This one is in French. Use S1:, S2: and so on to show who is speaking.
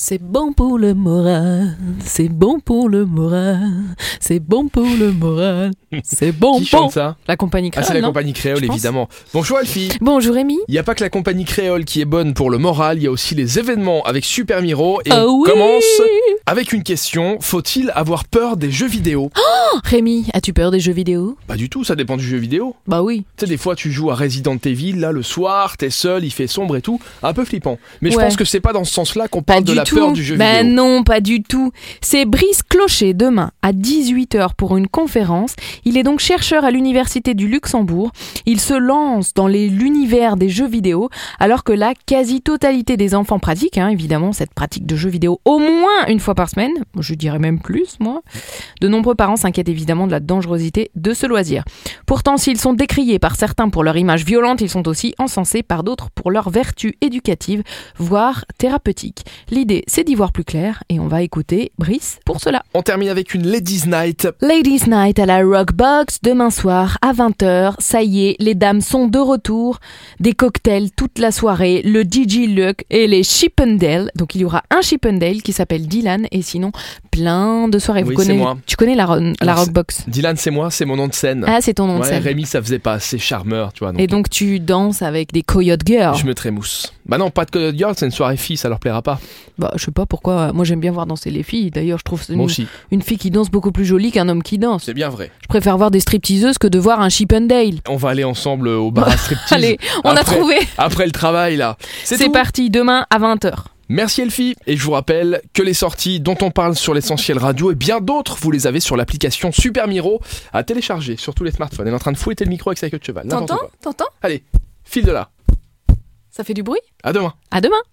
S1: C'est bon pour le moral, c'est bon pour le moral, c'est bon pour le moral, c'est bon
S2: Qui chante ça?
S1: La compagnie créole,
S2: Ah, c'est la
S1: non
S2: compagnie créole, évidemment. Bonjour Elfie.
S1: Bonjour Rémi.
S2: Il n'y a pas que la compagnie créole qui est bonne pour le moral, il y a aussi les événements avec Super Miro. Et
S1: Ah
S2: on
S1: oui
S2: commence avec une question. Faut-il avoir peur des jeux vidéo?
S1: Rémi, as-tu peur des jeux vidéo?
S2: Pas du tout, ça dépend du jeu vidéo.
S1: Bah oui.
S2: Tu sais, des fois tu joues à Resident Evil, là le soir, t'es seul, il fait sombre et tout. Un peu flippant. Mais je
S1: Ouais.
S2: pense que c'est pas dans ce sens-là qu'on
S1: Pas
S2: parle de
S1: du
S2: la
S1: tout.
S2: peur du jeu
S1: Ben
S2: vidéo.
S1: non, pas du tout. C'est Brice Clocher demain à 18h pour une conférence. Il est donc chercheur à l'université du Luxembourg. Il se lance dans l'univers des jeux vidéo alors que la quasi-totalité des enfants pratiquent, évidemment, cette pratique de jeux vidéo au moins une fois par semaine. Je dirais même plus, moi. De nombreux parents s'inquiètent évidemment de la dangerosité de ce loisir. Pourtant, s'ils sont décriés par certains pour leur image violente, ils sont aussi encensés par d'autres pour leur vertu éducative, voire thérapeutique. L'idée, c'est d'y voir plus clair et on va écouter Brice pour cela.
S2: On termine avec une Ladies Night.
S1: Ladies Night à la Rockbox, demain soir à 20h. Ça y est, les dames sont de retour. Des cocktails toute la soirée, le DJ Luke et les Chippendale. Donc il y aura un Chippendale qui s'appelle Dylan et sinon plein de soirées.
S2: Oui, c'est moi.
S1: Tu connais la
S2: Alors,
S1: Rockbox?
S2: Dylan, c'est moi, c'est mon nom de scène.
S1: Ah, c'est ton nom de
S2: Ouais,
S1: scène.
S2: Rémi, ça faisait pas assez charmeur, tu vois.
S1: Et donc tu danses avec des Coyote Girls.
S2: Je me trémousse. Bah non, pas de Coyote Girl, c'est une soirée fille, ça leur plaira pas.
S1: Bah, je sais pas pourquoi. Moi, j'aime bien voir danser les filles. D'ailleurs, je trouve
S2: Moi aussi,
S1: une fille qui danse beaucoup plus jolie qu'un homme qui danse.
S2: c'est bien vrai.
S1: Je préfère voir des stripteaseuses que de voir un Chippendale.
S2: On va aller ensemble au bar à striptease.
S1: Allez, on a
S2: Après-
S1: trouvé.
S2: Après le travail, là.
S1: C'est
S2: tout.
S1: parti, demain à 20h.
S2: Merci Elfie. Et je vous rappelle que les sorties dont on parle sur l'Essentiel Radio et bien d'autres, vous les avez sur l'application Super Miro à télécharger sur tous les smartphones. Elle est en train de fouetter le micro avec sa queue de cheval. N'importe quoi.
S1: T'entends?
S2: Allez, file de là.
S1: Ça fait du bruit?
S2: À demain.
S1: À demain.